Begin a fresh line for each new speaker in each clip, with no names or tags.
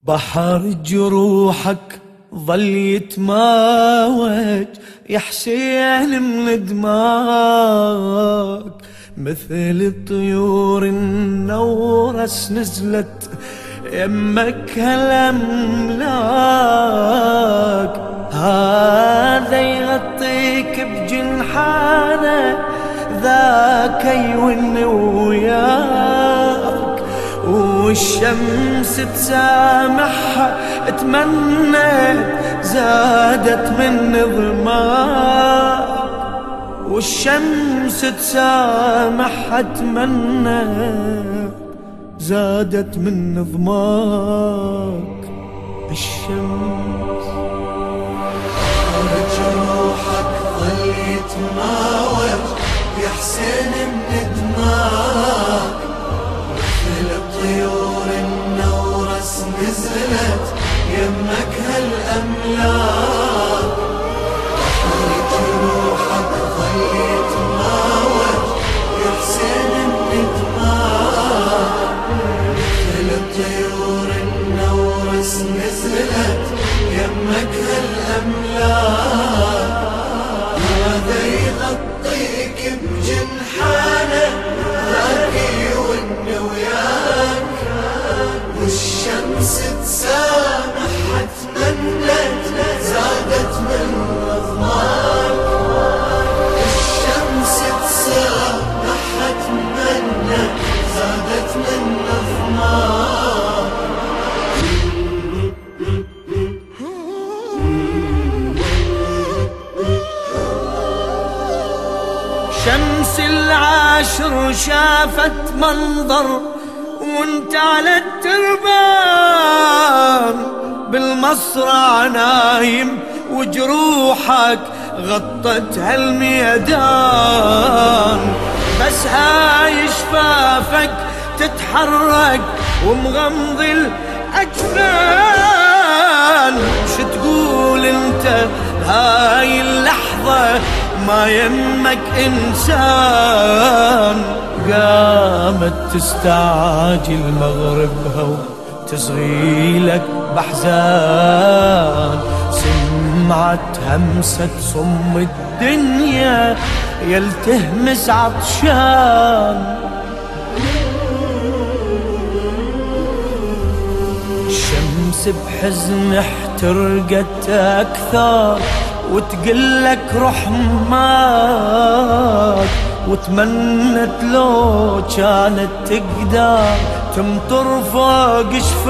بحر جروحك ظل يتماوج يا حسين من دماك، مثل الطيور النورس نزلت يمك هالأملاك. هذا يغطيك بجنحانه، ذاك يون وياك، والشمس تسامحها تمنيت زادت من ظلماك، والشمس تسامحها تمنيت زادت من ظلماك. الشمس
جروحك ظل يتماوج يا حسين من دماك، مثل الطيور النورس نزلت يمك هالأملاك. جروحك ظل يتماوج يا حسين من دماك، مثل الطيور النورس نزلت يمك هالأملاك. هذا يغطيك بجنحانه، ذاك يون وياك، والشمس تسامحها تمنت زادت من ظلماك. الشمس تسامحها تمنت زادت من ظلماك.
شمس العاشر شافت منظر وانت على التربان، بالمصرع نايم وجروحك غطت هالميدان، بس هاي شفافك تتحرك ومغمض الأجفان. وش تقول انت هاي اللحظة ما يمك إنسان؟ قامت تستعجل مغربها وتصغيلك بحزان، سمعت همسة صم الدنيا يلتهمس عطشان. الشمس بحزن احترقت أكثر وتقلك روح مات، وتمنت لو كانت تقدر تمطر فوق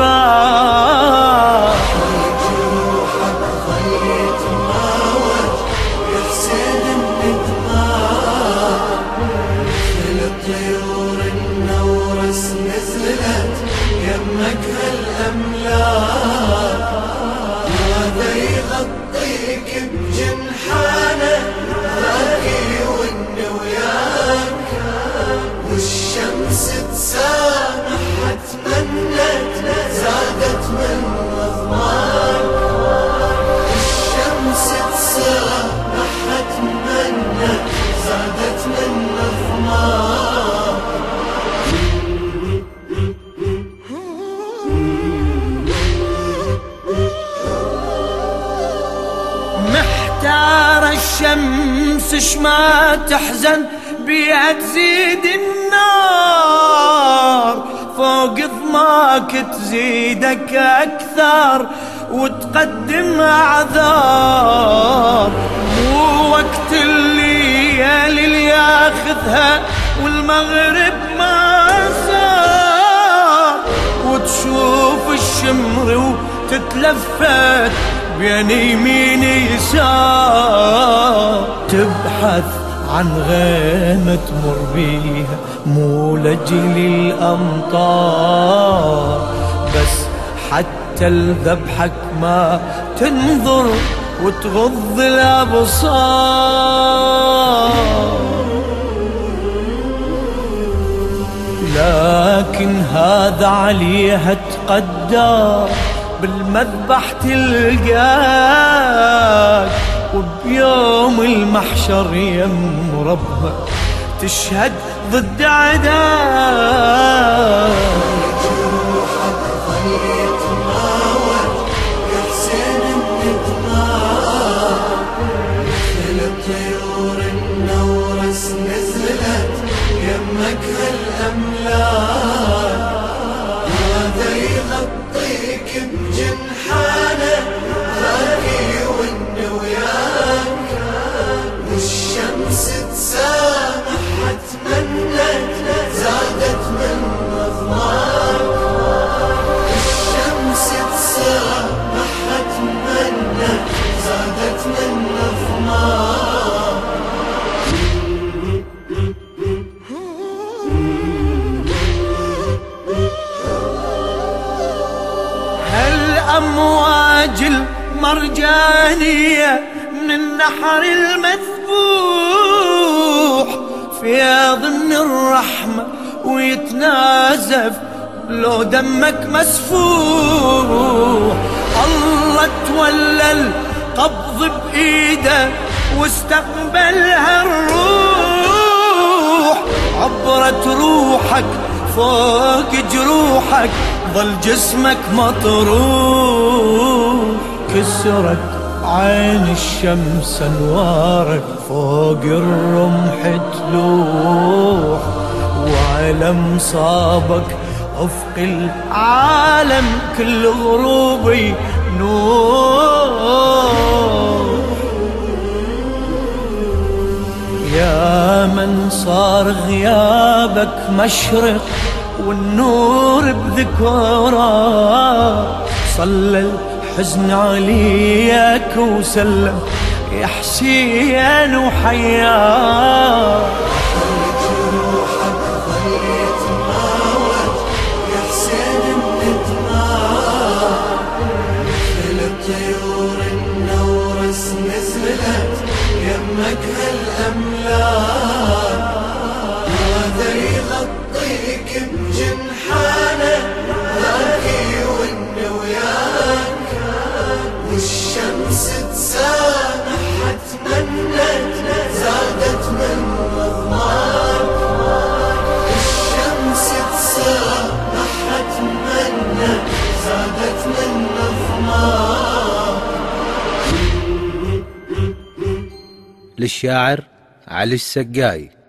شفاك.
جروحك ظل يتماوج يا حسين من دماك، مثل الطيور النورس نزلت يمك هالأملاك. هذا يغطيك بجنحانه، ذاك يون وياك، والشمس تسامحها تمنت زادت من ظلماك. الشمس تسامحها تمنت زادت من ظلماك.
محتار الشمس شما تحزن بيها تزيد النار، فوق ضماك تزيدك أكثر وتقدم أعذار. مو وقت الليالي اللي ياخذها والمغرب ما صار، وتشوف الشمر وتتلفت بين يمين يسار، تبحث عن غيمة تمر بيها مو لجل الأمطار، بس حتى لذبحك ما تنظر وتغض الأبصار. لكن هذا عليها تقدر بالمذبح تلقاك، وبيوم المحشر يم ربها تشهد ضد عداك.
جروحك ظل يتماوج بجنحانه باقي واني وياك، والشمس تسامح اتمنت زادت من مضماك، الشمس تسامح اتمنت زادت من مضماك.
هالأمواج المرجانية من النحر المذبوح فيها ضمن الرحمة ويتنازف لو دمك مسفوح. الله تولى القبض بإيده واستقبلها الروح، عبرت روحك فوق جروحك ظل جسمك مطروح. كسرت عين الشمس انوارك فوق الرمح تلوح، وعلى مصابك افق العالم كل غروبي نور. يا من صار غيابك مشرق والنور بذكرى، صلى الحزن عليك وسلم يا حسين وحياك.
جروحك ظليت ماوت يا حسين بندماك، مثل الطيور النورس نزلت يمك هالأملاك، هذا يغطيك بجنحانه باقي واني وياك، والشمس تسامح اتمنت زادت من مضماك، الشمس تسامح اتمنت زادت من مضماك.
للشاعر علي السقاي.